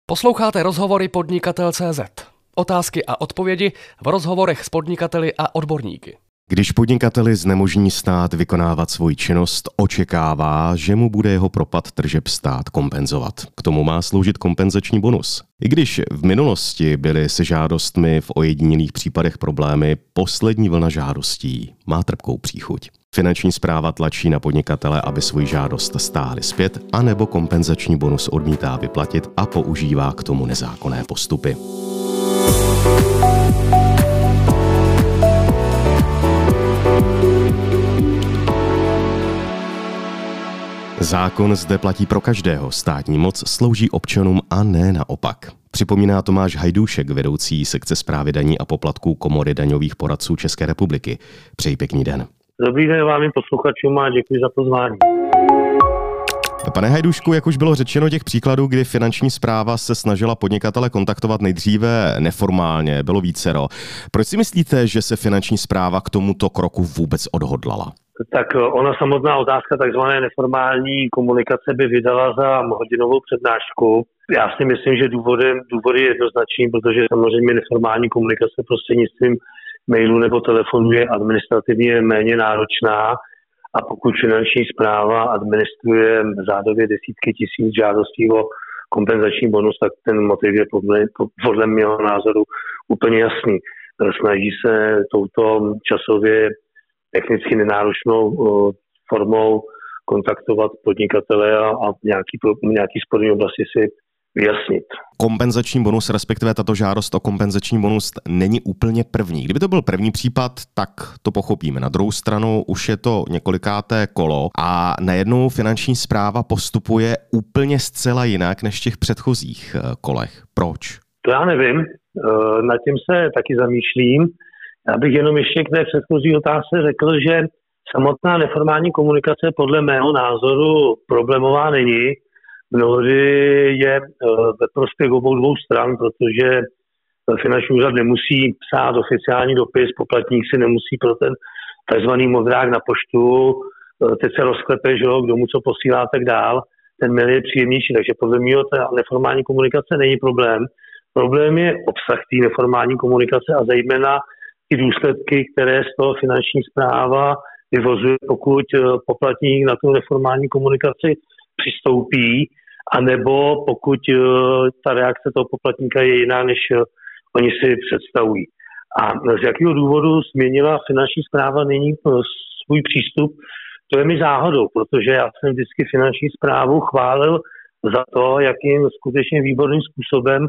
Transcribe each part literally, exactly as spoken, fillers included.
Posloucháte rozhovory Podnikatel tečka cé zet. Otázky a odpovědi v rozhovorech s podnikateli a odborníky. Když podnikateli znemožní stát vykonávat svoji činnost, očekává, že mu bude jeho propad tržeb stát kompenzovat. K tomu má sloužit kompenzační bonus. I když v minulosti byly se žádostmi v ojedinělých případech problémy, poslední vlna žádostí má trpkou příchuť. Finanční správa tlačí na podnikatele, aby svoji žádost stáhli zpět, anebo kompenzační bonus odmítá vyplatit a používá k tomu nezákonné postupy. Zákon zde platí pro každého, státní moc slouží občanům a ne naopak. Připomíná Tomáš Hajdúšek, vedoucí sekce správy daní a poplatků Komory daňových poradců České republiky. Přeji pěkný den. Dobrý den vám i posluchačům a děkuji za pozvání. Pane Hajdúšku, jak už bylo řečeno, těch příkladů, kdy finanční správa se snažila podnikatele kontaktovat nejdříve neformálně, bylo vícero. Proč si myslíte, že se finanční správa k tomuto kroku vůbec odhodlala? Tak ona samotná otázka takzvané neformální komunikace by vydala za hodinovou přednášku. Já si myslím, že důvodem, důvod je jednoznačný, protože samozřejmě neformální komunikace prostřednictvím mailu nebo telefonu je administrativně méně náročná a pokud finanční správa administruje řádově desítky tisíc žádostí o kompenzační bonus, tak ten motiv je podle, podle mého názoru úplně jasný. Snaží se touto časově technicky nenáročnou uh, formou kontaktovat podnikatele a, a nějaký, nějaký sporný oblasti si vyjasnit. Kompenzační bonus, respektive tato žádost o kompenzační bonus není úplně první. Kdyby to byl první případ, tak to pochopíme. Na druhou stranu už je to několikáté kolo a najednou finanční správa postupuje úplně zcela jinak než v těch předchozích kolech. Proč? To já nevím. Nad tím se taky zamýšlím. Já bych jenom ještě k té předchozí otázce řekl, že samotná neformální komunikace podle mého názoru problémová není. Mnohdy je ve prospěch obou dvou stran, protože finanční úřad nemusí psát oficiální dopis, poplatník si nemusí pro ten takzvaný modrák na poštu, teď se rozklepe, že jo, kdo mu co posílá a tak dál, ten mail je příjemnější, takže podle mě ta neformální komunikace není problém. Problém je obsah té neformální komunikace a zejména ty důsledky, které z toho finanční správa vyvozuje, pokud poplatník na tu neformální komunikaci přistoupí, anebo pokud ta reakce toho poplatníka je jiná, než oni si představují. A z jakého důvodu změnila finanční správa nyní svůj přístup, to je mi záhodou, protože já jsem vždycky finanční správu chválil za to, jakým skutečně výborným způsobem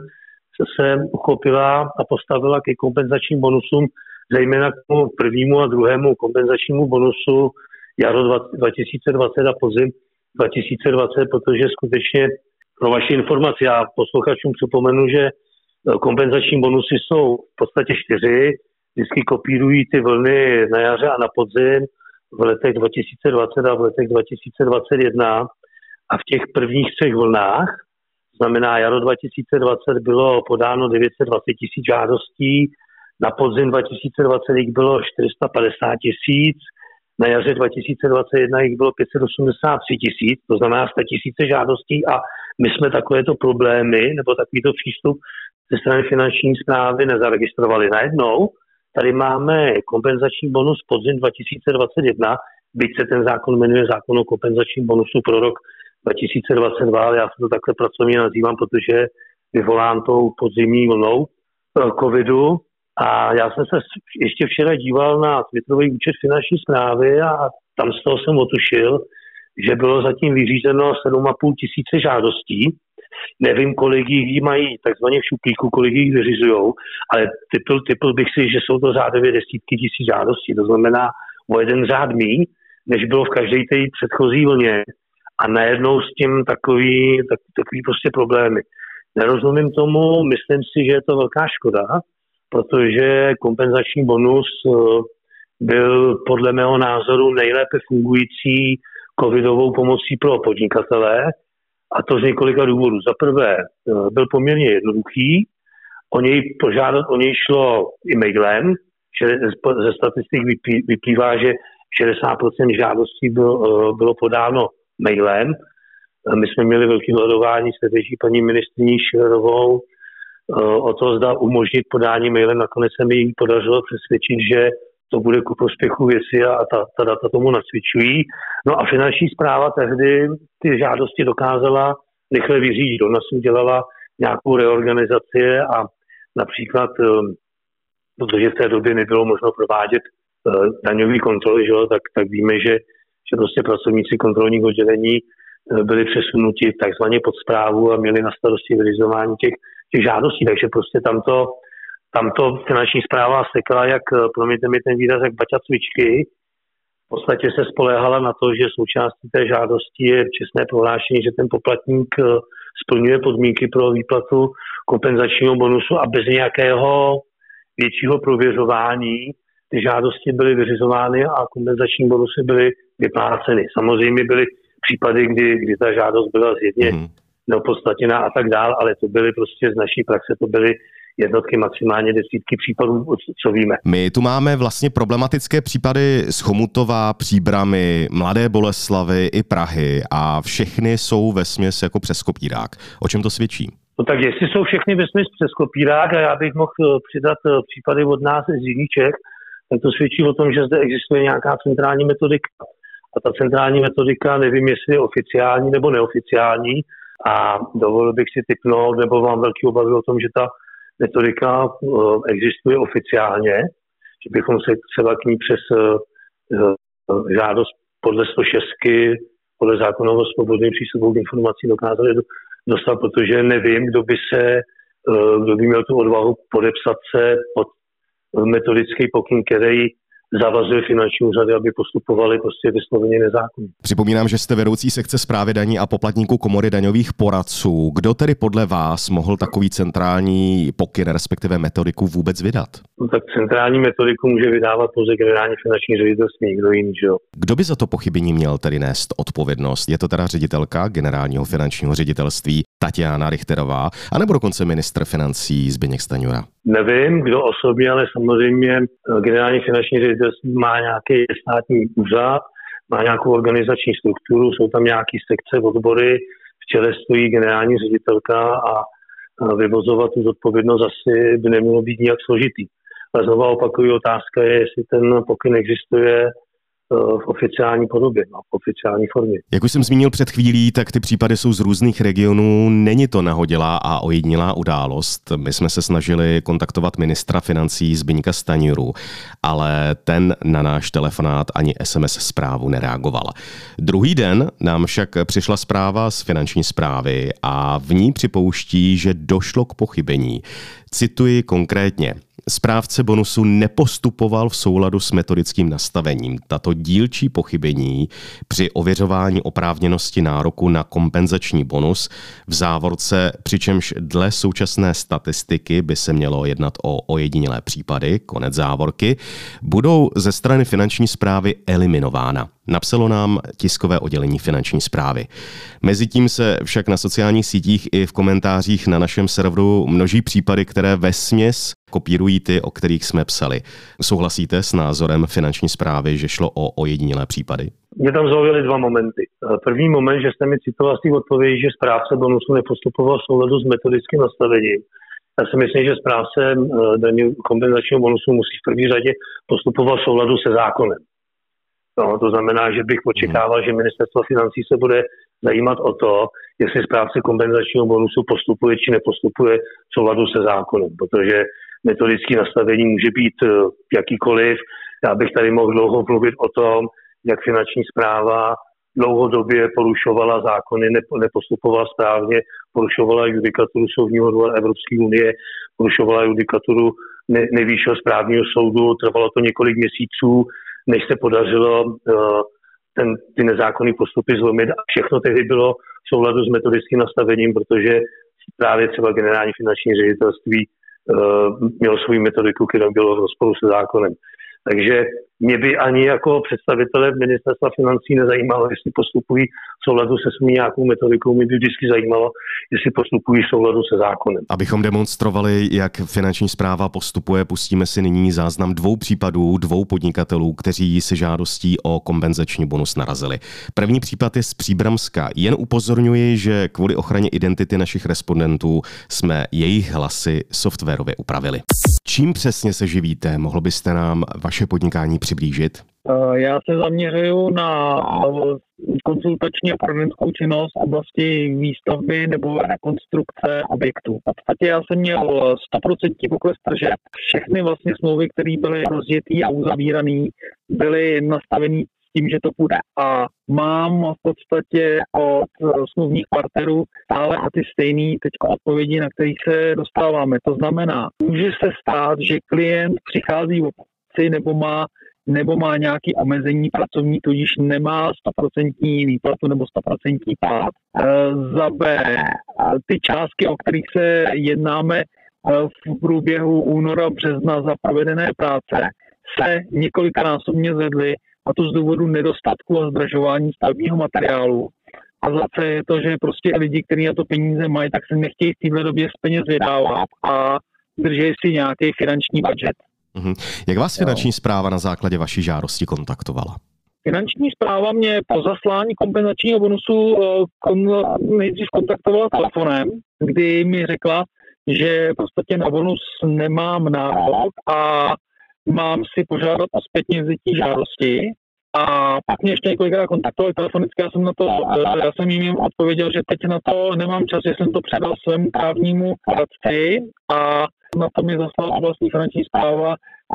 se uchopila a postavila ke kompenzačním bonusům, zejména k tomu prvnímu a druhému kompenzačnímu bonusu jaro dva tisíce dvacet a podzim dva tisíce dvacet, protože skutečně pro vaši informaci, já posluchačům připomenu, že kompenzační bonusy jsou v podstatě čtyři, vždycky kopírují ty vlny na jaře a na podzim v letech dva tisíce dvacet a v letech dva tisíce dvacet jedna a v těch prvních třech vlnách, znamená jaro dva tisíce dvacet bylo podáno devět set dvacet tisíc žádostí, na podzim dva tisíce dvacet jich bylo čtyři sta padesát tisíc, na jaře dva tisíce dvacet jedna jich bylo pět set osmdesát tři tisíc, to znamená sto tisíce žádostí a my jsme takovéto problémy nebo takovýto přístup ze strany finanční správy nezaregistrovali. Najednou tady máme kompenzační bonus podzim dva tisíce dvacet jedna, byť se ten zákon jmenuje zákon o kompenzačním bonusu pro rok dva tisíce dvacet dva, ale já se to takhle pracovně nazývám, protože je vyvolán tou podzimní vlnou covidu. A já jsem se ještě včera díval na twitterový účet finanční správy a tam z toho jsem otušil, že bylo zatím vyřízeno sedm a půl tisíce žádostí. Nevím, kolik jich mají takzvaně v šuplíku, kolik jich vyřizujou, ale typl, typl bych si, že jsou to řádově desítky tisíc žádostí. To znamená o jeden řád míň, než bylo v každé té předchozí vlně. A najednou s tím takový, tak, takový prostě problémy. Nerozumím tomu, myslím si, že je to velká škoda, protože kompenzační bonus byl podle mého názoru nejlépe fungující covidovou pomocí pro podnikatele, a to z několika důvodů. Za prvé, byl poměrně jednoduchý, o něj požádat, o něj šlo e-mailem, že ze statistik vyplývá, že šedesát procent žádostí bylo, bylo podáno mailem. My jsme měli velké dohadování s tehdejší paní ministryní Schillerovou o to, zda umožnit podání mailem. Nakonec se mi jí podařilo přesvědčit, že to bude ku prospěchu věci a ta, ta data tomu nacvičují. No a finanční správa tehdy ty žádosti dokázala rychle vyřídit. Ona si udělala nějakou reorganizaci a například, protože v té době nebylo možno provádět daňové kontroly, že jo, tak, tak víme, že, že prostě pracovníci kontrolních oddělení byli přesunuti takzvaně pod správu a měli na starosti vyřizování těch, těch žádostí. Takže prostě tamto, tamto finanční správa sekala, jak, promiňte mi ten výraz, jak baťa cvičky. V podstatě se spoléhala na to, že součástí té žádosti je čestné prohlášení, že ten poplatník splňuje podmínky pro výplatu kompenzačního bonusu a bez nějakého většího prověřování ty žádosti byly vyřizovány a kompenzační bonusy byly vypláceny. Samozřejmě byly případy, kdy, kdy ta žádost byla zjevně mm. neopodstatněná a tak dál, ale to byly prostě z naší praxe, to byly jednotky, maximálně desítky případů, co víme. My tu máme vlastně problematické případy z Chomutova, Příbrami, Mladé Boleslavi i Prahy a všechny jsou vesměs jako přes kopírák. O čem to svědčí? No tak jestli jsou všechny vesměs přes kopírák a já bych mohl přidat případy od nás z jiných Čech, tak to svědčí o tom, že zde existuje nějaká centrální metodika. A ta centrální metodika, nevím, jestli je oficiální nebo neoficiální, a dovolil bych si tipnout, nebo mám velký obavy o tom, že ta metodika existuje oficiálně, že bychom se třeba k ní přes žádost podle sto šest, podle zákona o svobodném přístupu k informací dokázali dostat, protože nevím, kdo by se, kdo by měl tu odvahu podepsat se pod metodický pokyn, který zavazuje finanční úřady, aby postupovali prostě vysloveně nezákonně. Připomínám, že jste vedoucí sekce správy daní a poplatníků Komory daňových poradců. Kdo tedy podle vás mohl takový centrální pokyn, respektive metodiku vůbec vydat? No, tak centrální metodiku může vydávat pouze generální finanční ředitelství, nikdo jiný, že jo. Kdo by za to pochybení měl tedy nést odpovědnost? Je to teda ředitelka generálního finančního ředitelství Tatiana Richterová, anebo dokonce ministr financí Zbyněk Stanjura? Nevím, kdo osobně, ale samozřejmě generální finanční ředitelství má nějaký státní úřad, má nějakou organizační strukturu, jsou tam nějaké sekce, odbory, v čele stojí generální ředitelka a vyvozovat tu zodpovědnost asi by nemělo být nijak složitý. Ale znovu opakuju, otázka je, jestli ten pokyn existuje v oficiální podobě, no, v oficiální formě. Jak už jsem zmínil před chvílí, tak ty případy jsou z různých regionů. Není to nahodilá a ojedinělá událost. My jsme se snažili kontaktovat ministra financí Zbyňka Stanjuru, ale ten na náš telefonát ani es em es zprávu nereagoval. Druhý den nám však přišla zpráva z finanční správy a v ní připouští, že došlo k pochybení. Cituji konkrétně. Správce bonusu nepostupoval v souladu s metodickým nastavením. Tato dílčí pochybení při ověřování oprávněnosti nároku na kompenzační bonus v závorce, přičemž dle současné statistiky by se mělo jednat o ojedinělé případy, konec závorky, budou ze strany finanční správy eliminována. Napsalo nám tiskové oddělení finanční správy. Mezitím se však na sociálních sítích i v komentářích na našem serveru množí případy, které vesměs kopírují ty, o kterých jsme psali. Souhlasíte s názorem finanční správy, že šlo o ojedinělé případy? Mě tam zaujaly dva momenty. První moment, že jste mi citoval z té odpovědi, že správce bonusu nepostupoval v souladu s metodickým nastavením. Já si myslím, že správce kompenzačního bonusu musí v první řadě postupovat v souladu se zákonem. No, to znamená, že bych očekával, že ministerstvo financí se bude zajímat o to, jestli správce kompenzačního bonusu postupuje či nepostupuje v souladu se zákonem, protože metodické nastavení může být jakýkoliv. Já bych tady mohl dlouho mluvit o tom, jak finanční správa dlouhodobě porušovala zákony, nepostupovala správně, porušovala judikaturu Soudního dvora Evropské unie, porušovala judikaturu Nejvyššího správního soudu, trvalo to několik měsíců, než se podařilo uh, ten, ty nezákonné postupy zlomit. A všechno tehdy bylo v souladu s metodickým nastavením, protože právě třeba generální finanční ředitelství uh, mělo svou metodiku, která byla v rozporu se zákonem. Takže mě by ani jako představitele ministerstva financí nezajímalo, jestli postupují v souladu se svou nějakou metodikou. Mě by vždycky zajímalo, jestli postupují v souladu se zákonem. Abychom demonstrovali, jak Finanční správa postupuje, pustíme si nyní záznam dvou případů, dvou podnikatelů, kteří se žádostí o kompenzační bonus narazili. První případ je z Příbramska. Jen upozorňuji, že kvůli ochraně identity našich respondentů jsme jejich hlasy softwarově upravili. Čím přesně se živíte? Mohl byste nám vaše podnikání přiblížit? Já se zaměřuju na konzultační a poradenskou činnost v oblasti výstavby nebo rekonstrukce objektů. V podstatě já jsem měl sto procent pokles tržeb. Všechny vlastně smlouvy, které byly rozjetý a uzavíraný, byly nastavený s tím, že to půjde. A mám v podstatě od smluvních partnerů stále a ty stejný teď odpovědi, na kterých se dostáváme. To znamená, může se stát, že klient přichází o práci nebo má nebo má nějaké omezení pracovní, tudíž nemá sto procent výplatu nebo sto procent plat. Za B, ty částky, o kterých se jednáme v průběhu února, března za provedené práce, se několikanásobně zvedly, a to z důvodu nedostatku a zdražování stavebního materiálu. A zase je to, že prostě lidi, kteří na to peníze mají, tak se nechtějí v této době z peněz vydávat a drží si nějaký finanční budget. Jak vás Finanční správa na základě vaší žádosti kontaktovala? Finanční správa mě po zaslání kompenzačního bonusu kon, nejdřív kontaktovala telefonem, kdy mi řekla, že v podstatě na bonus nemám nárok a mám si požádat o zpětně vzetí žádosti. A pak mě ještě několikrát kontaktovali telefonicky, já jsem na to, já jsem jim odpověděl, že teď na to nemám čas, že jsem to předal svému právnímu poradci a na to mi zaslala oblastní finanční správa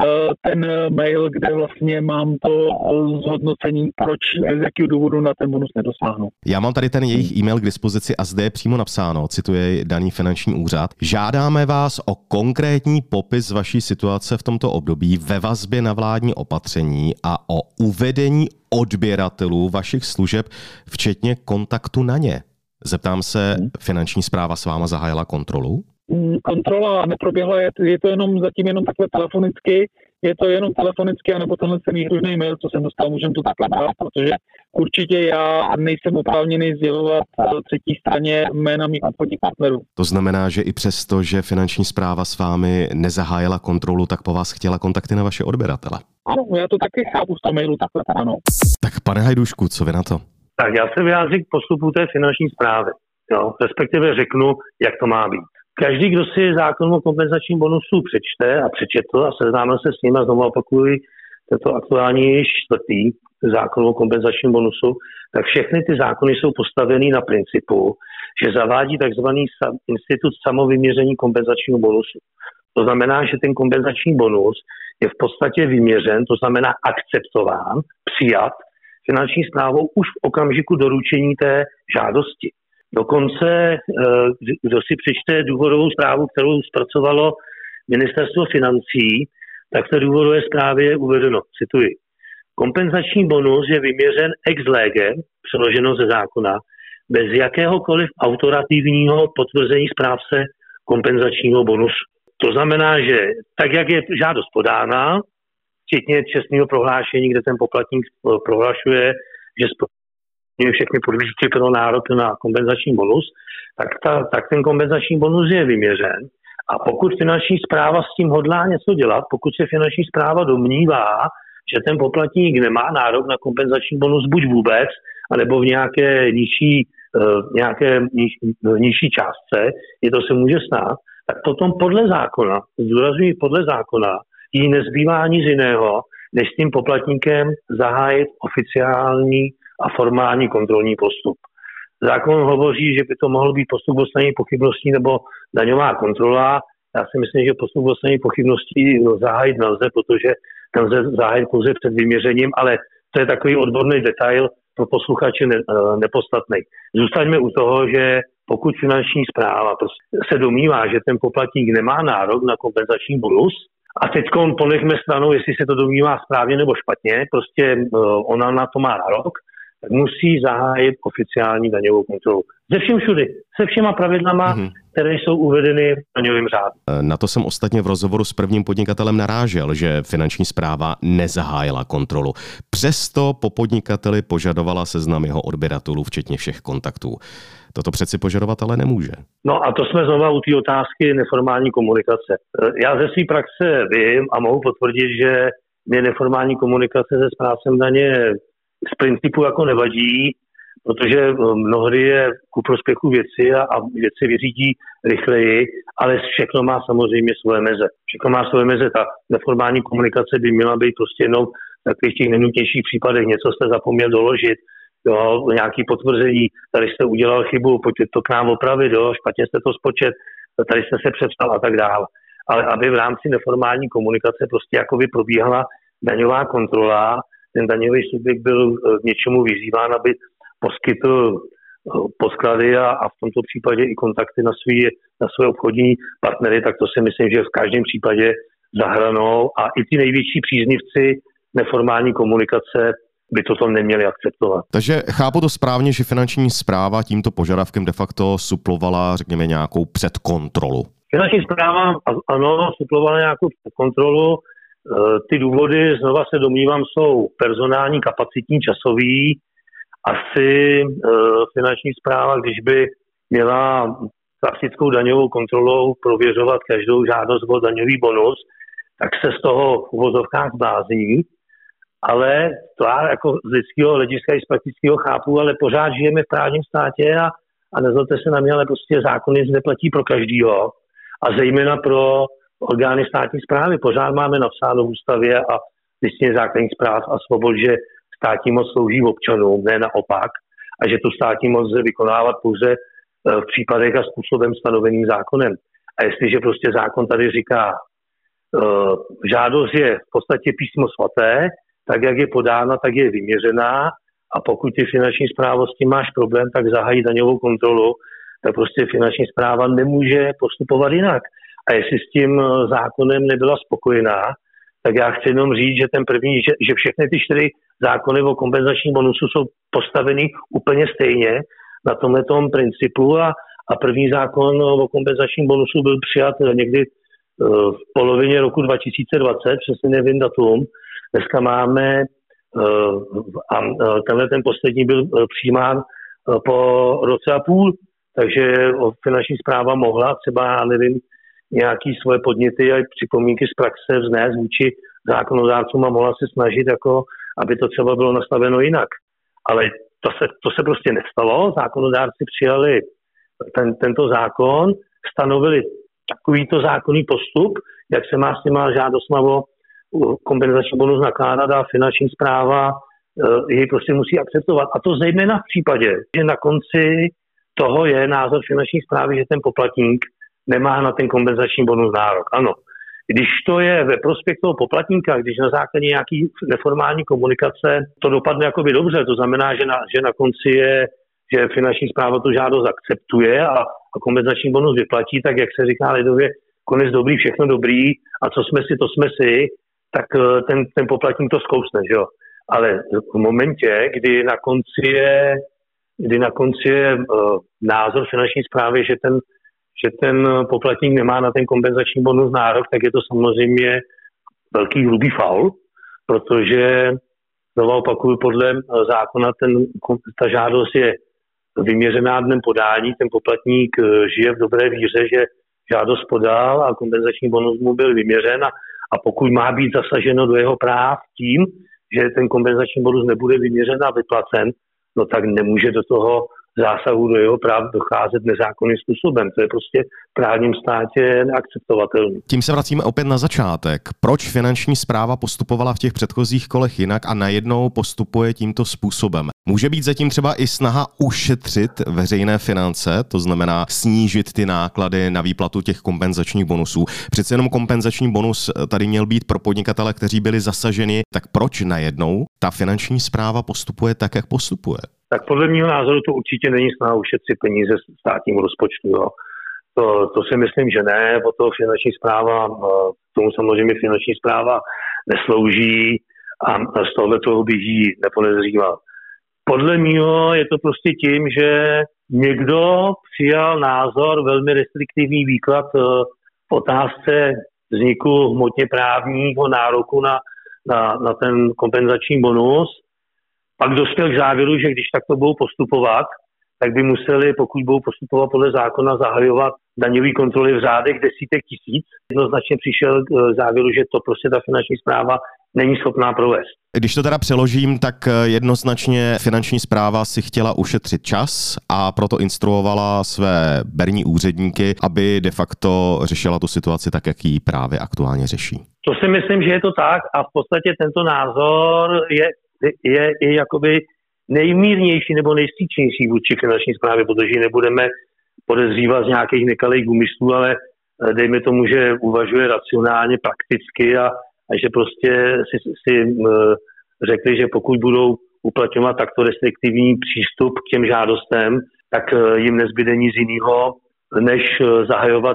ten mail, kde vlastně mám to zhodnocení, proč, z jakého důvodu na ten bonus nedosáhnu. Já mám tady ten jejich e-mail k dispozici a zde je přímo napsáno, cituje daný finanční úřad: žádáme vás o konkrétní popis vaší situace v tomto období ve vazbě na vládní opatření a o uvedení odběratelů vašich služeb, včetně kontaktu na ně. Zeptám se, Finanční správa s váma zahájila kontrolu? Kontrola neproběhla, je to jenom zatím jenom takhle telefonicky, je to jenom telefonicky, anebo tenhle ten výhružný mail, co jsem dostal, můžem to takhle dát, protože určitě já nejsem oprávněný sdělovat třetí straně jména mých obchodních partnerů. To znamená, že i přesto, že Finanční správa s vámi nezahájila kontrolu, tak po vás chtěla kontakty na vaše odběratele. Ano, já to taky chápu z toho mailu, takhle ano. Tak pane Hajdušku, co vy na to? Tak já se vyjádřím k postupu té Finanční správy, jo, respektive řeknu, jak to má být. Každý, kdo si zákon o kompenzačním bonusu přečte a přečetl a seznámil se s ním, a znovu opakuji, tento aktuální již čtvrtý zákon o kompenzačním bonusu, tak všechny ty zákony jsou postaveny na principu, že zavádí takzvaný institut samovyměření kompenzačního bonusu. To znamená, že ten kompenzační bonus je v podstatě vyměřen, to znamená akceptován, přijat Finanční správou už v okamžiku doručení té žádosti. Dokonce, kdo si přečte důvodovou zprávu, kterou zpracovalo Ministerstvo financí, tak v té důvodové zprávě je uvedeno, cituji: kompenzační bonus je vyměřen ex lege, přeloženo ze zákona, bez jakéhokoliv autorativního potvrzení správce kompenzačního bonusu. To znamená, že tak, jak je žádost podána, včetně čestného prohlášení, kde ten poplatník prohlašuje, že všechny podmínky pro nárok na kompenzační bonus, tak, ta, tak ten kompenzační bonus je vyměřen. A pokud Finanční správa s tím hodlá něco dělat, pokud se Finanční správa domnívá, že ten poplatník nemá nárok na kompenzační bonus buď vůbec, anebo v nějaké nižší, nějaké niž, nižší částce, je to se může stát, tak potom podle zákona, zdůrazňuji podle zákona, jí nezbývá nic jiného, než s tím poplatníkem zahájit oficiální a formální kontrolní postup. Zákon hovoří, že by to mohl být postup odstranění pochybností nebo daňová kontrola. Já si myslím, že postup odstranění pochybností zahájit nelze, protože nelze zahájit pouze před vyměřením, ale to je takový odborný detail pro posluchače ne, nepodstatný. Zůstaňme u toho, že pokud Finanční správa se domnívá, že ten poplatník nemá nárok na kompenzační bonus, a teď ponechme stranou, jestli se to domnívá správně nebo špatně, prostě ona na to má nárok, tak musí zahájit oficiální daňovou kontrolu. Ze všem všudy, se všema pravidlama, mm-hmm. které jsou uvedeny v daňovém řádu. Na to jsem ostatně v rozhovoru s prvním podnikatelem narážel, že Finanční správa nezahájila kontrolu. Přesto po podnikateli požadovala seznam jeho odběratelů, včetně všech kontaktů. Toto přeci požadovat ale nemůže. No a to jsme znova u té otázky neformální komunikace. Já ze své praxe vím a mohu potvrdit, že mě neformální komunikace se správcem daně z principu jako nevadí, protože mnohdy je ku prospěchu věci a, a věci vyřídí rychleji, ale všechno má samozřejmě svoje meze. Všechno má svoje meze. Ta neformální komunikace by měla být prostě jenom v takových těch nejnutnějších případech. Něco jste zapomněl doložit, jo, nějaký potvrzení, tady jste udělal chybu, pojďte to k nám opravit, jo, špatně jste to spočet, tady jste se přepsal a tak dále. Ale aby v rámci neformální komunikace prostě jakoby probíhala daňová kontrola, ten daňový subjekt byl k něčemu vyzýván, aby poskytl podklady a, a v tomto případě i kontakty na, svý, na své obchodní partnery, tak to si myslím, že v každém případě zahranou a i ty největší příznivci neformální komunikace by toto neměli akceptovat. Takže chápu to správně, že Finanční správa tímto požadavkem de facto suplovala, řekněme, nějakou předkontrolu. Finanční správa, ano, suplovala nějakou předkontrolu. Ty důvody, znova se domnívám, jsou personální, kapacitní, časový. Asi Finanční správa, když by měla klasickou daňovou kontrolou prověřovat každou žádost o daňový bonus, tak se z toho v uvozovkách blázní. Ale to já jako z lidského hlediska i z praktického chápu, ale pořád žijeme v právním státě a, a nezlobte se na mě, ale prostě zákony neplatí pro každýho a zejména pro orgány státní správy. Pořád máme napsáno v ústavě a listině základních práv a svobod, že státní moc slouží občanům, ne naopak, a že tu státní moc lze vykonávat pouze v případech a způsobem stanoveným zákonem. A jestliže prostě zákon tady říká, uh, žádost je v podstatě písmo svaté, tak jak je podána, tak je vyměřená a pokud ty Finanční správa s tím máš problém, tak zahájí daňovou kontrolu, tak prostě Finanční správa nemůže postupovat jinak. A jestli s tím zákonem nebyla spokojená, tak já chci jenom říct, že ten první, že, že všechny ty čtyři zákony o kompenzačním bonusu jsou postaveny úplně stejně na tomhletom principu a, a první zákon o kompenzačním bonusu byl přijat někdy v polovině roku dva tisíce dvacet, přesně nevím datum. Dneska máme, a tenhle ten poslední byl přijímán po roce a půl, takže Finanční správa mohla třeba, já nevím, nějaký svoje podněty a připomínky z praxe vznést vůči zákonodárcům a mohla se snažit, jako, aby to třeba bylo nastaveno jinak. Ale to se, to se prostě nestalo. Zákonodárci přijali ten, tento zákon, stanovili takovýto zákonný postup, jak se má s těma žádostma o kompenzační bonus nakládat a Finanční správa jej prostě musí akceptovat. A to zejména v případě, že na konci toho je názor Finanční správy, že ten poplatník nemá na ten kompenzační bonus nárok. Ano. Když to je ve prospěch toho poplatníka, když na základě nějaký neformální komunikace to dopadne jakoby dobře, to znamená, že na, že na konci je, že Finanční správa tu žádost akceptuje a, a kompenzační bonus vyplatí, tak jak se říká lidově, konec dobrý, všechno dobrý a co jsme si, to jsme si, tak ten, ten poplatník to zkousne, že jo. Ale v momentě, kdy na konci je, kdy na konci je uh, názor Finanční správy, že ten, že ten poplatník nemá na ten kompenzační bonus nárok, tak je to samozřejmě velký hrubý faul, protože znovu opakuju, podle zákona ten, ta žádost je vyměřená dnem podání, ten poplatník žije v dobré víře, že žádost podal a kompenzační bonus mu byl vyměřen a, a pokud má být zasaženo do jeho práv tím, že ten kompenzační bonus nebude vyměřen a vyplacen, no tak nemůže do toho zásahu do jeho práv docházet nezákonným způsobem. To je prostě v právním státě neakceptovatelné. Tím se vracíme opět na začátek. Proč Finanční správa postupovala v těch předchozích kolech jinak a najednou postupuje tímto způsobem? Může být zatím třeba i snaha ušetřit veřejné finance, to znamená snížit ty náklady na výplatu těch kompenzačních bonusů. Přece jenom kompenzační bonus tady měl být pro podnikatele, kteří byli zasaženi. Tak proč najednou ta Finanční správa postupuje tak, jak postupuje? Tak podle mého názoru to určitě není snaha ušetřit peníze z státnímu rozpočtu. Jo. To, to si myslím, že ne, o to Finanční správa, tomu samozřejmě Finanční správa neslouží a z tohohle toho bych jí nepodezříval. Podle mého je to prostě tím, že někdo přijal názor, velmi restriktivní výklad v otázce vzniku hmotně právního nároku na, na, na ten kompenzační bonus. Pak dospěl k závěru, že když takto budou postupovat, tak by museli, pokud budou postupovat podle zákona, zahajovat daňové kontroly v řádech desítek tisíc. Jednoznačně přišel k závěru, že to prostě ta finanční správa není schopná provést. Když to teda přeložím, tak jednoznačně finanční správa si chtěla ušetřit čas a proto instruovala své berní úředníky, aby de facto řešila tu situaci tak, jak ji právě aktuálně řeší. To si myslím, že je to tak a v podstatě tento názor je, je, je jakoby nejmírnější nebo nejstřícnější vůči finanční správě, protože ji nebudeme podezřívat z nějakých nekalých úmyslů, ale dejme tomu, že uvažuje racionálně, prakticky a a že prostě si, si řekli, že pokud budou uplatňovat takto restriktivní přístup k těm žádostem, tak jim nezbyde nic jiného, než zahajovat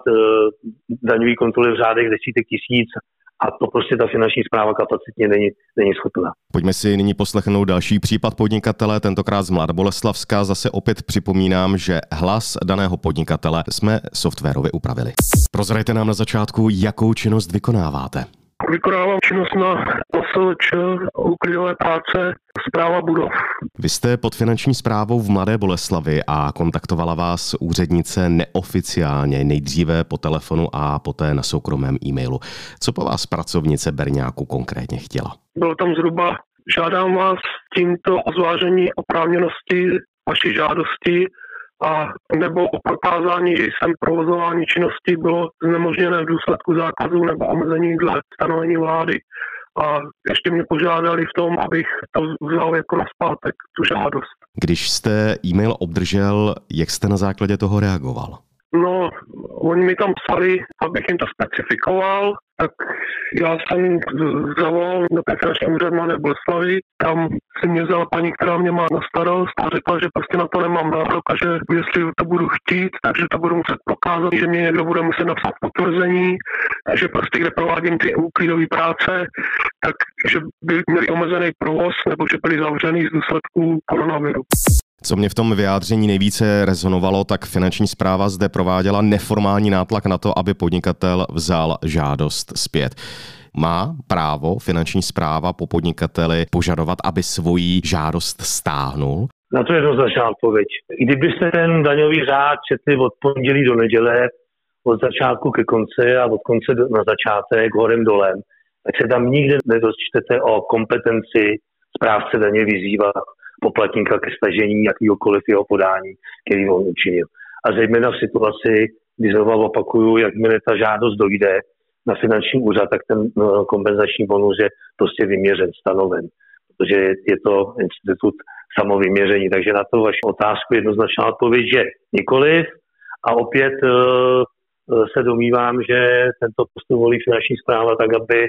daňové kontroly v řádech desítek tisíc a to prostě ta finanční správa kapacitně není, není schopná. Pojďme si nyní poslechnout další případ podnikatele, tentokrát z Mladoboleslavska. Zase opět připomínám, že hlas daného podnikatele jsme softwarově upravili. Prozrajte nám na začátku, jakou činnost vykonáváte. Vykonávám činnost na O S V Č, úklidové práce, správa budov. Vy jste pod finanční správou v Mladé Boleslavi a kontaktovala vás úřednice neoficiálně, nejdříve po telefonu a poté na soukromém e-mailu. Co po vás pracovnice berňáku konkrétně chtěla? Bylo tam zhruba, žádám vás tímto o zvážení oprávněnosti vaší žádosti a nebo o prokázání, že jsem provozování činnosti bylo znemožněné v důsledku zákazu nebo omezení dle stanovení vlády. A ještě mě požádali v tom, abych to vzal jako nazpátek, tu žádost. Když jste e-mail obdržel, jak jste na základě toho reagoval? No, oni mi tam psali, abych jim to specifikoval, tak já jsem zavolal do finanční úřad Mladé Boleslavy, tam si mě vzala paní, která mě má na starost a řekla, že prostě na to nemám nárok a že jestli to budu chtít, takže to budu muset prokázat, že mě někdo bude muset napsat potvrzení, že prostě kde provádím ty úklidové práce, tak že by měli omezený provoz nebo že byli zavřený z důsledků koronaviru. Co mě v tom vyjádření nejvíce rezonovalo, tak finanční správa zde prováděla neformální nátlak na to, aby podnikatel vzal žádost zpět. Má právo finanční správa po podnikateli požadovat, aby svoji žádost stáhnul? Na to jednoznačná odpověď. Kdybyste ten daňový řád četli od pondělí do neděle, od začátku ke konci a od konce na začátek, horem dolem, tak se tam nikde nedočtete o kompetenci správce daně vyzývat poplatníka ke stažení jakýhokoliv jeho podání, který on učinil. A zejména v situaci, kdy znovu opakuju, jakmile ta žádost dojde na finanční úřad, tak ten kompenzační bonus je prostě vyměřen, stanoven. Protože je to institut samovyměření. Takže na to vaši otázku jednoznačná odpověď, že nikoliv. A opět se domnívám, že tento postup volí finanční správa tak, aby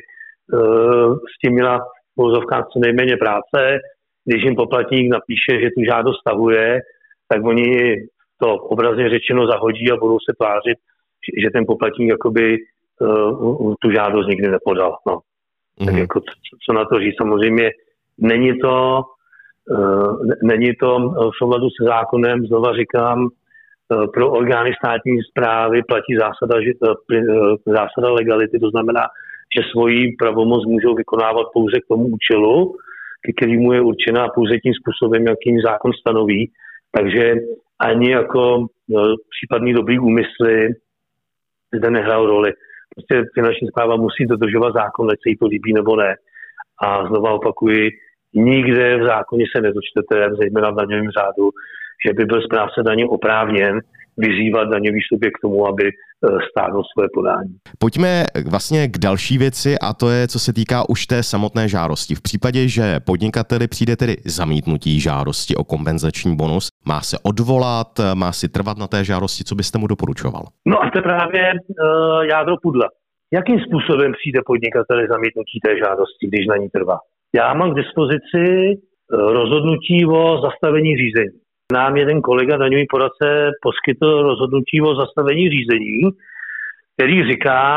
s tím měla v uvozovkách co nejméně práce. Když jim poplatník napíše, že tu žádost stahuje, tak oni to obrazně řečeno zahodí a budou se tvářit, že ten poplatník jakoby uh, tu žádost nikdy nepodal. No. Mm-hmm. Tak jako co, co na to říct? Samozřejmě není to, uh, není to v souladu se zákonem, znova říkám, uh, pro orgány státní správy platí zásada, že, uh, zásada legality, to znamená, že svoji pravomoc můžou vykonávat pouze k tomu účelu, ke kterému je určená pouze tím způsobem, jakým zákon stanoví. Takže ani jako no, případný dobrý úmysly zde nehrál roli. Prostě finanční správa musí dodržovat zákon, ať se jí to líbí nebo ne. A znova opakuji, nikde v zákoně se nedočtete, zejména v daňovém řádu, že by byl správce daně oprávněn vyzývat daňový subjekt k tomu, aby stáhnul své podání. Pojďme vlastně k další věci a to je, co se týká už té samotné žádosti. V případě, že podnikateli přijde tedy zamítnutí žádosti o kompenzační bonus, má se odvolat, má si trvat na té žádosti, co byste mu doporučoval? No a to je právě uh, jádro pudla. Jakým způsobem přijde podnikateli zamítnutí té žádosti, když na ní trvá? Já mám k dispozici uh, rozhodnutí o zastavení řízení. Nám jeden kolega daňový poradce poskytl rozhodnutí o zastavení řízení, který říká,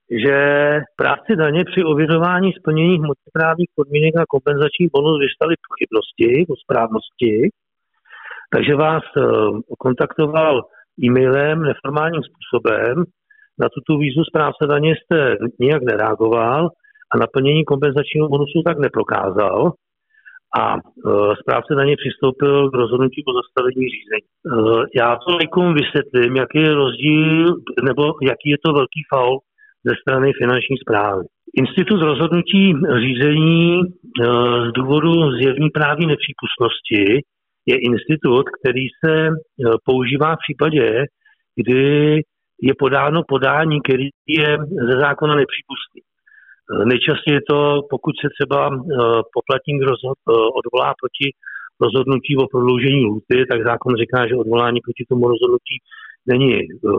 že správci daně při ověřování splnění hmotněprávních podmínek a kompenzační bonus vystali pochybnosti o správnosti, takže vás kontaktoval e-mailem neformálním způsobem. Na tuto výzvu správce daně jste nijak nereagoval a naplnění kompenzačního bonusu tak neprokázal. A e, správce daně přistoupil k rozhodnutí o zastavení řízení. E, já to laikům vysvětlím, jaký je rozdíl, nebo jaký je to velký faul ze strany finanční správy. Institut rozhodnutí řízení e, z důvodu zjevní právní nepřípustnosti je institut, který se e, používá v případě, kdy je podáno podání, který je ze zákona nepřípustný. Nejčastěji je to, pokud se třeba poplatník odvolá proti rozhodnutí o prodloužení lhůty, tak zákon říká, že odvolání proti tomu rozhodnutí není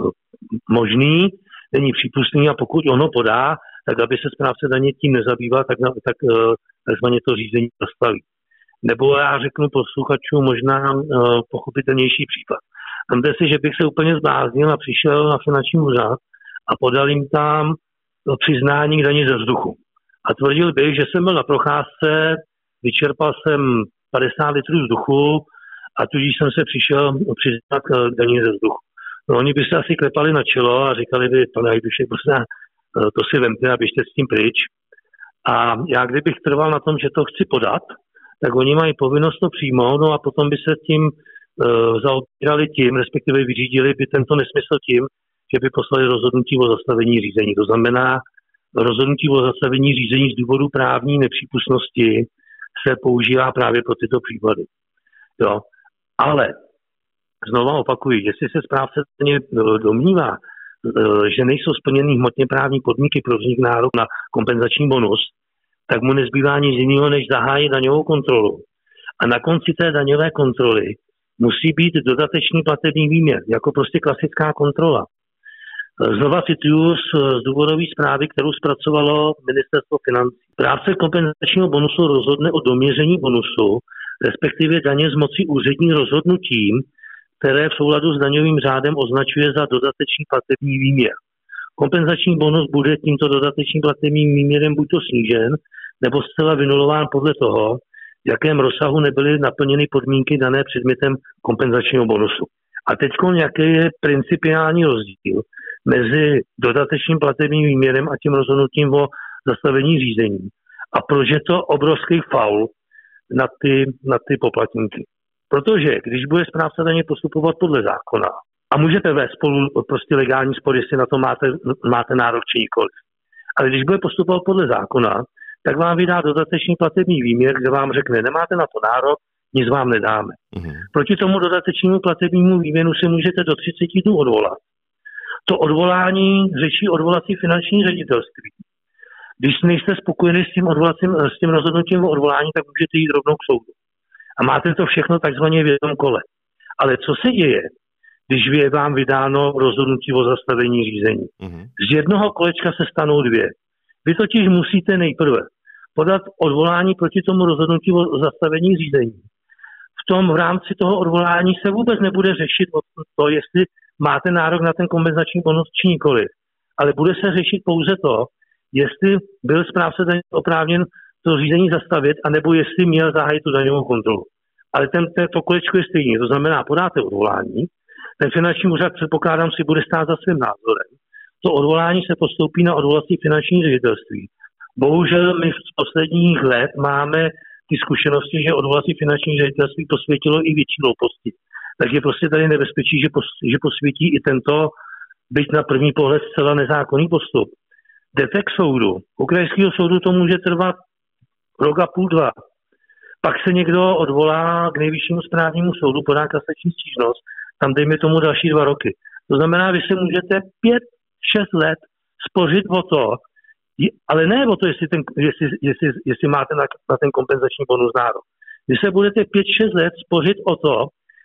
možný, není přípustný a pokud ono podá, tak aby se správce daně tím nezabýval, tak, tak takzvaně to řízení zastaví. Nebo já řeknu posluchačům možná pochopitelnější příklad. Vemte si, že bych se úplně zbláznil a přišel na finanční úřad a podal jim tam přiznání k dani ze vzduchu. A tvrdil bych, že jsem byl na procházce, vyčerpal jsem padesát litrů vzduchu a tudíž jsem se přišel přiznat k dani ze vzduchu. No, oni by se asi klepali na čelo a říkali by, pane Hajdušek, prostě to si vemte a běžte s tím pryč. A já kdybych trval na tom, že to chci podat, tak oni mají povinnost to přijmout, no a potom by se tím uh, zaobírali tím, respektive vyřídili by tento nesmysl tím, že by poslali rozhodnutí o zastavení řízení. To znamená, rozhodnutí o zastavení řízení z důvodu právní nepřípustnosti se používá právě pro tyto případy. Jo. Ale znova opakuju, jestli se správce domnívá, že nejsou splněny hmotně právní podmínky pro vznik nároku na kompenzační bonus, tak mu nezbývá nic jiného, než zahájit daňovou kontrolu. A na konci té daňové kontroly musí být dodatečný platební výměr, jako prostě klasická kontrola. Znova cituju z, z důvodové zprávy, kterou zpracovalo Ministerstvo financí. Správce kompenzačního bonusu rozhodne o doměření bonusu, respektive daně z moci úředním rozhodnutím, které v souladu s daňovým řádem označuje za dodatečný platební výměr. Kompenzační bonus bude tímto dodatečným platebním výměrem buď to snížen, nebo zcela vynulován podle toho, v jakém rozsahu nebyly naplněny podmínky dané předmětem kompenzačního bonusu. A teď jaký je principiální rozdíl mezi dodatečným platebním výměrem a tím rozhodnutím o zastavení řízení. A proč je to obrovský faul na ty, na ty poplatníky. Protože když bude správce daně postupovat podle zákona a můžete vést spolu prostě legální spor, jestli na to máte, máte nárok či nikoliv. Ale když bude postupovat podle zákona, tak vám vydá dodatečný platební výměr, kde vám řekne, nemáte na to nárok, nic vám nedáme. Mm-hmm. Proti tomu dodatečnému platebnímu výměru se můžete do třiceti dnů odvolat. To odvolání řeší odvolací finanční ředitelství. Když nejste spokojeni s tím, odvolacím, s tím rozhodnutím o odvolání, tak můžete jít rovnou k soudu. A máte to všechno takzvaně v jednom kole. Ale co se děje, když je vám vydáno rozhodnutí o zastavení řízení? Mm-hmm. Z jednoho kolečka se stanou dvě. Vy totiž musíte nejprve podat odvolání proti tomu rozhodnutí o zastavení řízení. V tom v rámci toho odvolání se vůbec nebude řešit to, jestli máte nárok na ten kompenzační bonus či nikoliv. Ale bude se řešit pouze to, jestli byl správce daně oprávněn to řízení zastavit, anebo jestli měl zahájit tu daňovou kontrolu. Ale ten, to kolečko je stejné. To znamená, podáte odvolání, ten finanční úřad, předpokládám, si bude stát za svým názorem. To odvolání se postoupí na odvolací finanční ředitelství. Bohužel my z posledních let máme ty zkušenosti, že odvolací finanční ředitelství posvětilo i větší hlouposti. Takže prostě tady nebezpečí, že, pos, že posvětí i tento, byť na první pohled zcela nezákonný postup. Jdete k soudu. U krajského soudu to může trvat rok a půl, dva. Pak se někdo odvolá k nejvyššímu správnímu soudu, podá kasační stížnost, tam dejme tomu další dva roky. To znamená, vy se můžete pět, šest let spořit o to, ale ne o to, jestli, ten, jestli, jestli, jestli máte na, na ten kompenzační bonus nárok. Vy se budete pět, šest let spořit o to,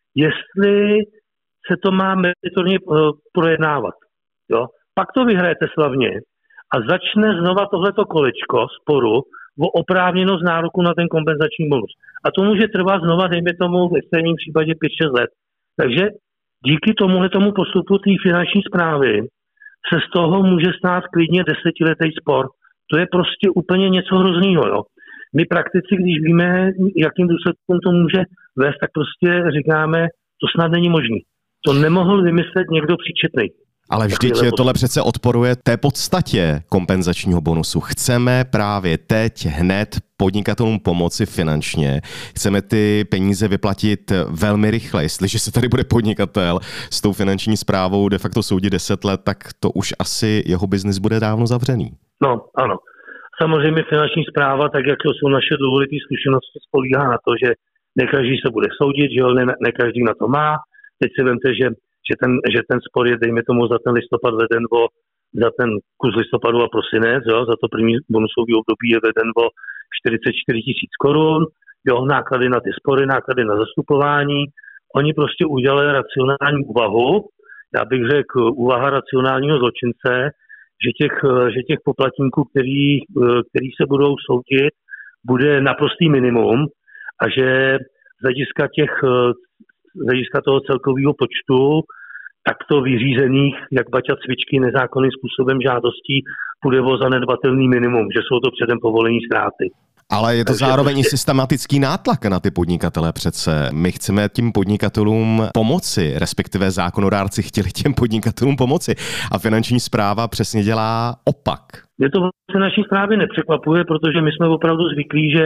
jestli se to má meritorně uh, projednávat. Jo? Pak to vyhrajete slavně a začne znova tohleto kolečko sporu o oprávněnost nároku na ten kompenzační bonus. A to může trvat znova, dejme tomu v extrémním případě pět šest let. Takže díky tomuhle tomu postupu té finanční správy se z toho může stát klidně desetiletý spor. To je prostě úplně něco hroznýho. Jo. My praktici, když víme, jakým důsledkům to může vést, tak prostě říkáme, to snad není možný. To nemohl vymyslet někdo příčetnej. Ale vždyť tohle přece odporuje té podstatě kompenzačního bonusu. Chceme právě teď hned podnikatelům pomoci finančně. Chceme ty peníze vyplatit velmi rychle. Jestliže se tady bude podnikatel s tou finanční správou de facto soudit deset let, tak to už asi jeho biznis bude dávno zavřený. No, ano. Samozřejmě finanční správa, tak jak jsou naše dlouholeté zkušenosti, spolíhá na to, že ne každý se bude soudit, že ne, ne každý na to má. Teď si vemte, že Že ten, že ten spor je, dejme tomu, za ten listopad veden o, za ten kus listopadu a prosinec, jo, za to první bonusový období je veden o čtyřicet čtyři tisíc korun, jo, náklady na ty spory, náklady na zastupování. Oni prostě udělali racionální úvahu, já bych řekl úvaha racionálního zločince, že těch, že těch poplatníků, který, který se budou soudit, bude naprostý minimum a že z hlediska těch z hlediska toho celkového počtu takto vyřízených, jak baťa cvičky nezákonným způsobem žádostí, půjde o zanedbatelný minimum, že jsou to předem povolení ztráty. Ale je to Takže zároveň prostě systematický nátlak na ty podnikatele přece. My chceme tím podnikatelům pomoci, respektive zákonodárci chtěli těm podnikatelům pomoci a finanční správa přesně dělá opak. Mě to finanční správy nepřekvapuje, protože my jsme opravdu zvyklí, že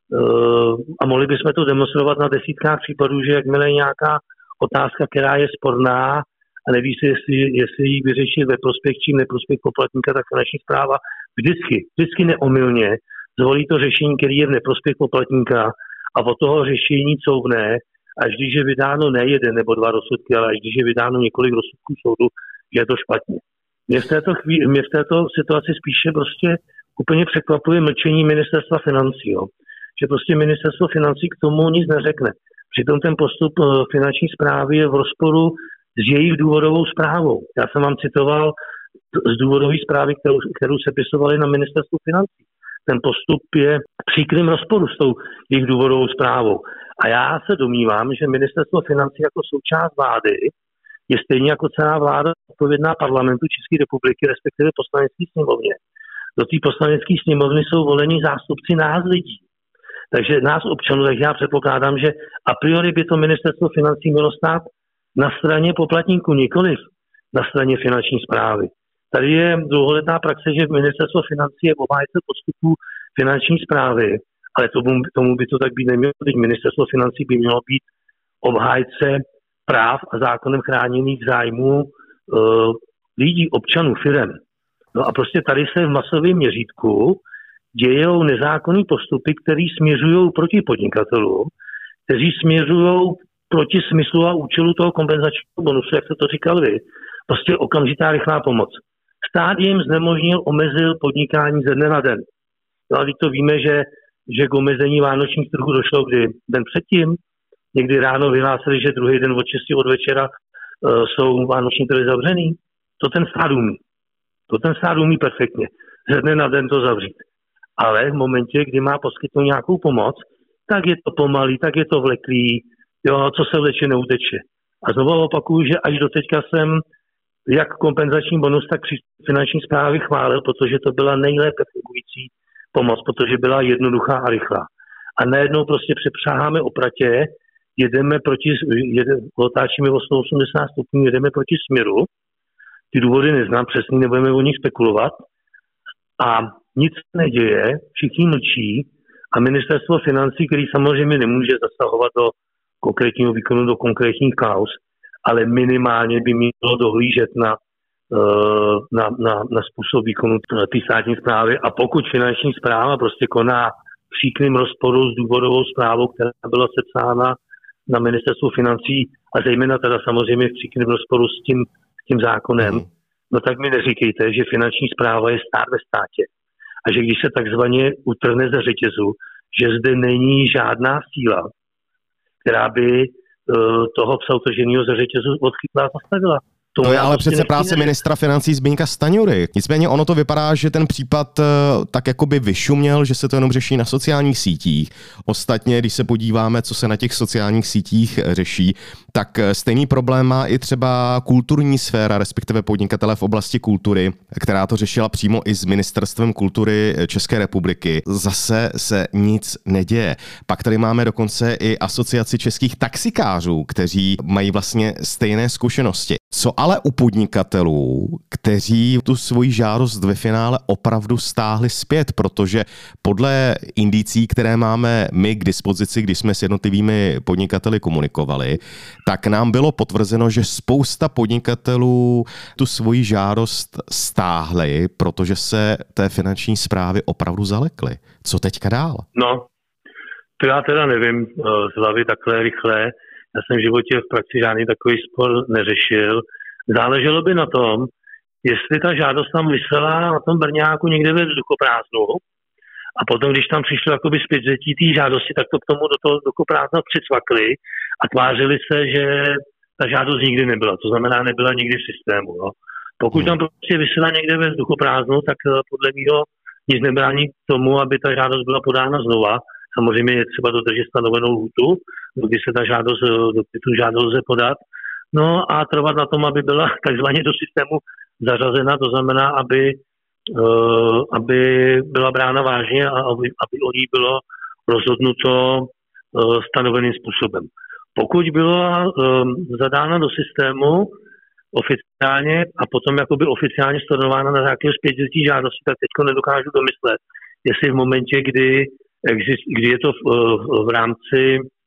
a mohli bychom to demonstrovat na desítkách případů, že jakmile je nějaká otázka, která je sporná a neví se, jestli, jestli ji vyřešit ve prospěch či neprospěch poplatníka, tak finanční správa vždycky, vždycky neomylně zvolí to řešení, který je v neprospěch poplatníka a od toho řešení couvne, až když je vydáno ne jeden nebo dva rozsudky, ale až když je vydáno několik rozsudků soudu, že je to špatně. Mě v této, chvíli, mě v této situaci spíše prostě úplně překvapuje mlčení ministerstva financí. Jo. Že prostě ministerstvo financí k tomu nic neřekne. Přitom ten postup finanční správy je v rozporu s jejich důvodovou zprávou. Já jsem vám citoval z důvodové zprávy, kterou, kterou sepisovali na ministerstvu financí. Ten postup je v příkrým rozporu s tou jejich důvodovou zprávou. A já se domnívám, že ministerstvo financí jako součást vlády je stejně jako celá vláda odpovědná parlamentu České republiky, respektive poslanecké sněmovně. Do té poslanecké sněmovny jsou voleni zástupci nás lidí. Takže nás občanů, tak já předpokládám, že a priori by to ministerstvo financí mělo stát na straně poplatníků, nikoliv na straně finanční správy. Tady je dlouholetá praxe, že ministerstvo financí je obhájce postupů finanční správy, ale tomu, tomu by to tak být nemělo. Teď ministerstvo financí by mělo být obhájce práv a zákonem chráněných zájmů e, lidí, občanů, firem. No a prostě tady se v masovém měřítku dějou nezákonné postupy, které směřují proti podnikatelům, kteří směřují proti smyslu a účelu toho kompenzačního bonusu, jak jste to říkal vy. Prostě okamžitá rychlá pomoc. Stát jim znemožnil, omezil podnikání ze dne na den. No a teď to víme, že, že k omezení vánočních trhů došlo kdy den předtím. Někdy ráno vyhlásili, že druhý den od šesti od večera uh, jsou vánoční trhy zavřený. To ten stát umí. To ten stát umí perfektně. Ze dne na den to zavřít. Ale v momentě, kdy má poskytnout nějakou pomoc, tak je to pomalý, tak je to vleklý, jo, co se vleče, neuteče. A znovu opakuju, že až do teďka jsem jak kompenzační bonus, tak při finanční správy chválil, protože to byla nejlépe fungující pomoc, protože byla jednoduchá a rychlá. A najednou prostě přepřáháme opratě, jedeme proti, jede, otáčíme o sto osmdesát stupňů, jedeme proti směru. Ty důvody neznám přesně, nebudeme o nich spekulovat. A nic neděje, všichni mlčí a ministerstvo financí, který samozřejmě nemůže zasahovat do konkrétního výkonu, do konkrétních kauz, ale minimálně by mělo dohlížet na, na, na, na způsob výkonu té státní správy. A pokud finanční správa prostě koná v příkrým rozporu s důvodovou zprávou, která byla sepsána na ministerstvu financí a zejména teda samozřejmě v příkrým rozporu s tím, s tím zákonem, no tak mi neříkejte, že finanční správa je stát ve státě. A že když se takzvaně utrhne ze řetězu, že zde není žádná síla, která by uh, toho psa utrženého ze řetězu odchytla a zastavila. To je ale přece práce ministra financí Zbyňka Stanjury. Nicméně ono to vypadá, že ten případ tak jakoby vyšuměl, že se to jenom řeší na sociálních sítích. Ostatně, když se podíváme, co se na těch sociálních sítích řeší, tak stejný problém má i třeba kulturní sféra, respektive podnikatele v oblasti kultury, která to řešila přímo i s Ministerstvem kultury České republiky. Zase se nic neděje. Pak tady máme dokonce i asociaci českých taxikářů, kteří mají vlastně stejné zkušenosti. Co ale u podnikatelů, kteří tu svoji žádost ve finále opravdu stáhli zpět, protože podle indicí, které máme my k dispozici, když jsme s jednotlivými podnikateli komunikovali, tak nám bylo potvrzeno, že spousta podnikatelů tu svoji žádost stáhli, protože se té finanční správy opravdu zalekly. Co teďka dál? No, to já teda nevím z hlavy takhle rychle. Já jsem v životě v praxi žádný takový spor neřešil. Záleželo by na tom, jestli ta žádost tam vysela na tom Brňáku někde ve vzduchoprázdnu a potom, když tam přišlo jakoby zpětvzetí té žádosti, tak to k tomu do toho vzduchoprázdna přicvakli a tvářili se, že ta žádost nikdy nebyla. To znamená, nebyla nikdy v systému. No. Pokud tam prostě vysela někde ve vzduchoprázdnu, tak podle mého nic nebrání k tomu, aby ta žádost byla podána znova. Samozřejmě je třeba dodržet stanovenou lhůtu, kdy se ta žádost, kdy tu žádost lze podat. No a trvat na tom, aby byla takzvaně do systému zařazena, to znamená, aby, uh, aby byla brána vážně a aby, aby o ní bylo rozhodnuto uh, stanoveným způsobem. Pokud byla um, zadána do systému oficiálně a potom jakoby oficiálně stanována na základě zpětvzetí žádosti, tak teďko nedokážu domyslet, jestli v momentě, kdy, exist, kdy je to v, v rámci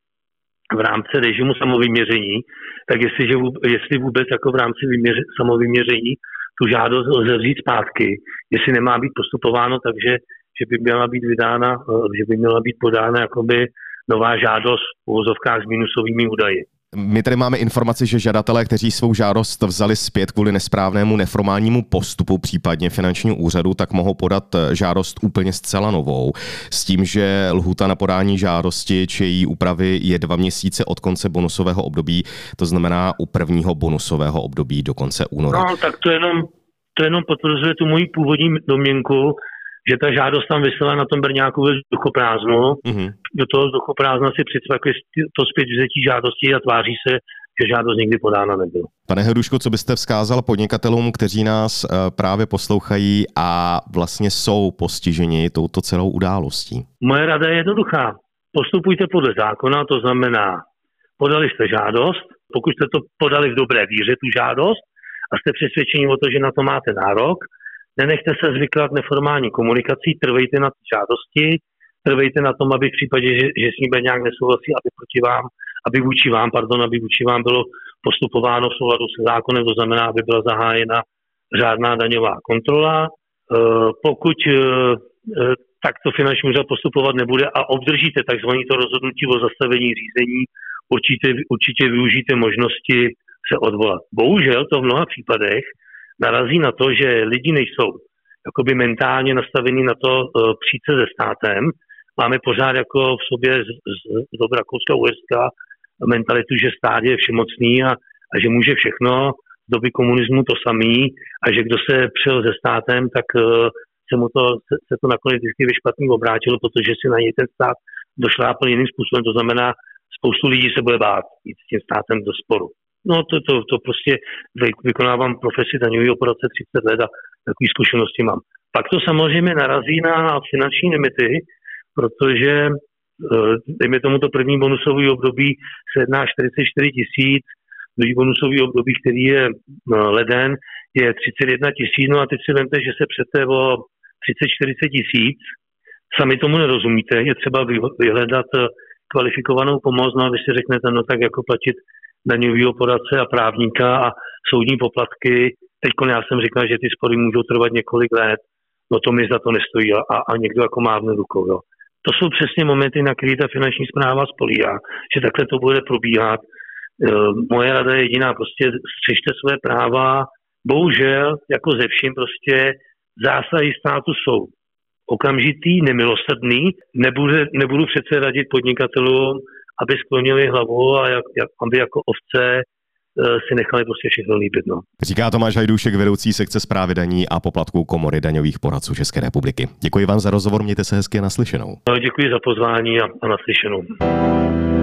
v rámci režimu samovyměření, tak jestliže, jestli vůbec jako v rámci vyměř, samovyměření tu žádost lze vzít zpátky, jestli nemá být postupováno, takže že by měla být vydána, že by měla být podána jakoby nová žádost v uvozovkách s minusovými údaji. My tady máme informaci, že žadatelé, kteří svou žádost vzali zpět kvůli nesprávnému neformálnímu postupu, případně finančního úřadu, tak mohou podat žádost úplně zcela novou. S tím, že lhůta na podání žádosti či její úpravy je dva měsíce od konce bonusového období, to znamená u prvního bonusového období do konce února. No, tak to jenom, to jenom potvrzuje tu moji původní domněnku, že ta žádost tam vysela na tom Brňáku ve vzduchoprázdnu. Mm-hmm. Do toho vzduchoprázdna si přicvakli to zpětvzetí žádosti a tváří se, že žádost nikdy podána nebyla. Pane Hruško, co byste vzkázal podnikatelům, kteří nás právě poslouchají a vlastně jsou postiženi touto celou událostí? Moje rada je jednoduchá. Postupujte podle zákona, to znamená, podali jste žádost, pokud jste to podali v dobré víře, tu žádost, a jste přesvědčeni o to, že na to máte nárok, nenechte se zvyklat neformální komunikací, trvejte na té žádosti, trvejte na tom, aby v případě, že, že s ní bude nějak nesouhlasí, aby proti vám, aby vůči vám, pardon, aby vůči vám bylo postupováno v souladu se zákonem, to znamená, aby byla zahájena řádná daňová kontrola. E, pokud e, takto finanční úřad postupovat nebude a obdržíte takzvané to rozhodnutí o zastavení řízení, určitě, určitě využijte možnosti se odvolat. Bohužel to v mnoha případech narazí na to, že lidi nejsou jakoby mentálně nastavení na to uh, přijít se se státem. Máme pořád jako v sobě z, z, z dob Rakouska-Uherska mentalitu, že stát je všemocný a, a že může všechno, z doby komunismu to samý a že kdo se přel se státem, tak uh, se mu to, se, se to nakonec vždycky ve špatný obrátilo, protože si na něj ten stát došlápl jiným způsobem. To znamená, spoustu lidí se bude bát jít s tím státem do sporu. No to, to, to prostě vykonávám profesi daňového poradce třicet let a takové zkušenosti mám. Pak to samozřejmě narazí na finanční limity, protože dejme tomu to první bonusový období se jedná čtyřicet čtyři tisíc, druhý bonusový období, který je leden, je třicet jedna tisíc, no a teď si vemte, že se přete o třicet čtyřicet tisíc, sami tomu nerozumíte, je třeba vyhledat kvalifikovanou pomoc, no a vy si řeknete, no tak jako platit daňového poradce a právníka a soudní poplatky. Teď já jsem říkal, že ty spory můžou trvat několik let, no to mi za to nestojí a, a někdo jako mávne rukou. Jo. To jsou přesně momenty, na které ta finanční správa spolíhá, že takhle to bude probíhat. E, moje rada je jediná, prostě střežte své práva. Bohužel, jako ze vším, prostě zásahy státu jsou okamžitý, nemilosrdný. Nebude, nebudu přece radit podnikatelům, aby sklonili hlavu a jak, jak, aby jako ovce si nechali prostě všechno líbit. No. Říká Tomáš Hajdúšek, vedoucí sekce správy daní a poplatků Komory daňových poradců České republiky. Děkuji vám za rozhovor, mějte se hezky a naslyšenou. No, děkuji za pozvání a, a naslyšenou.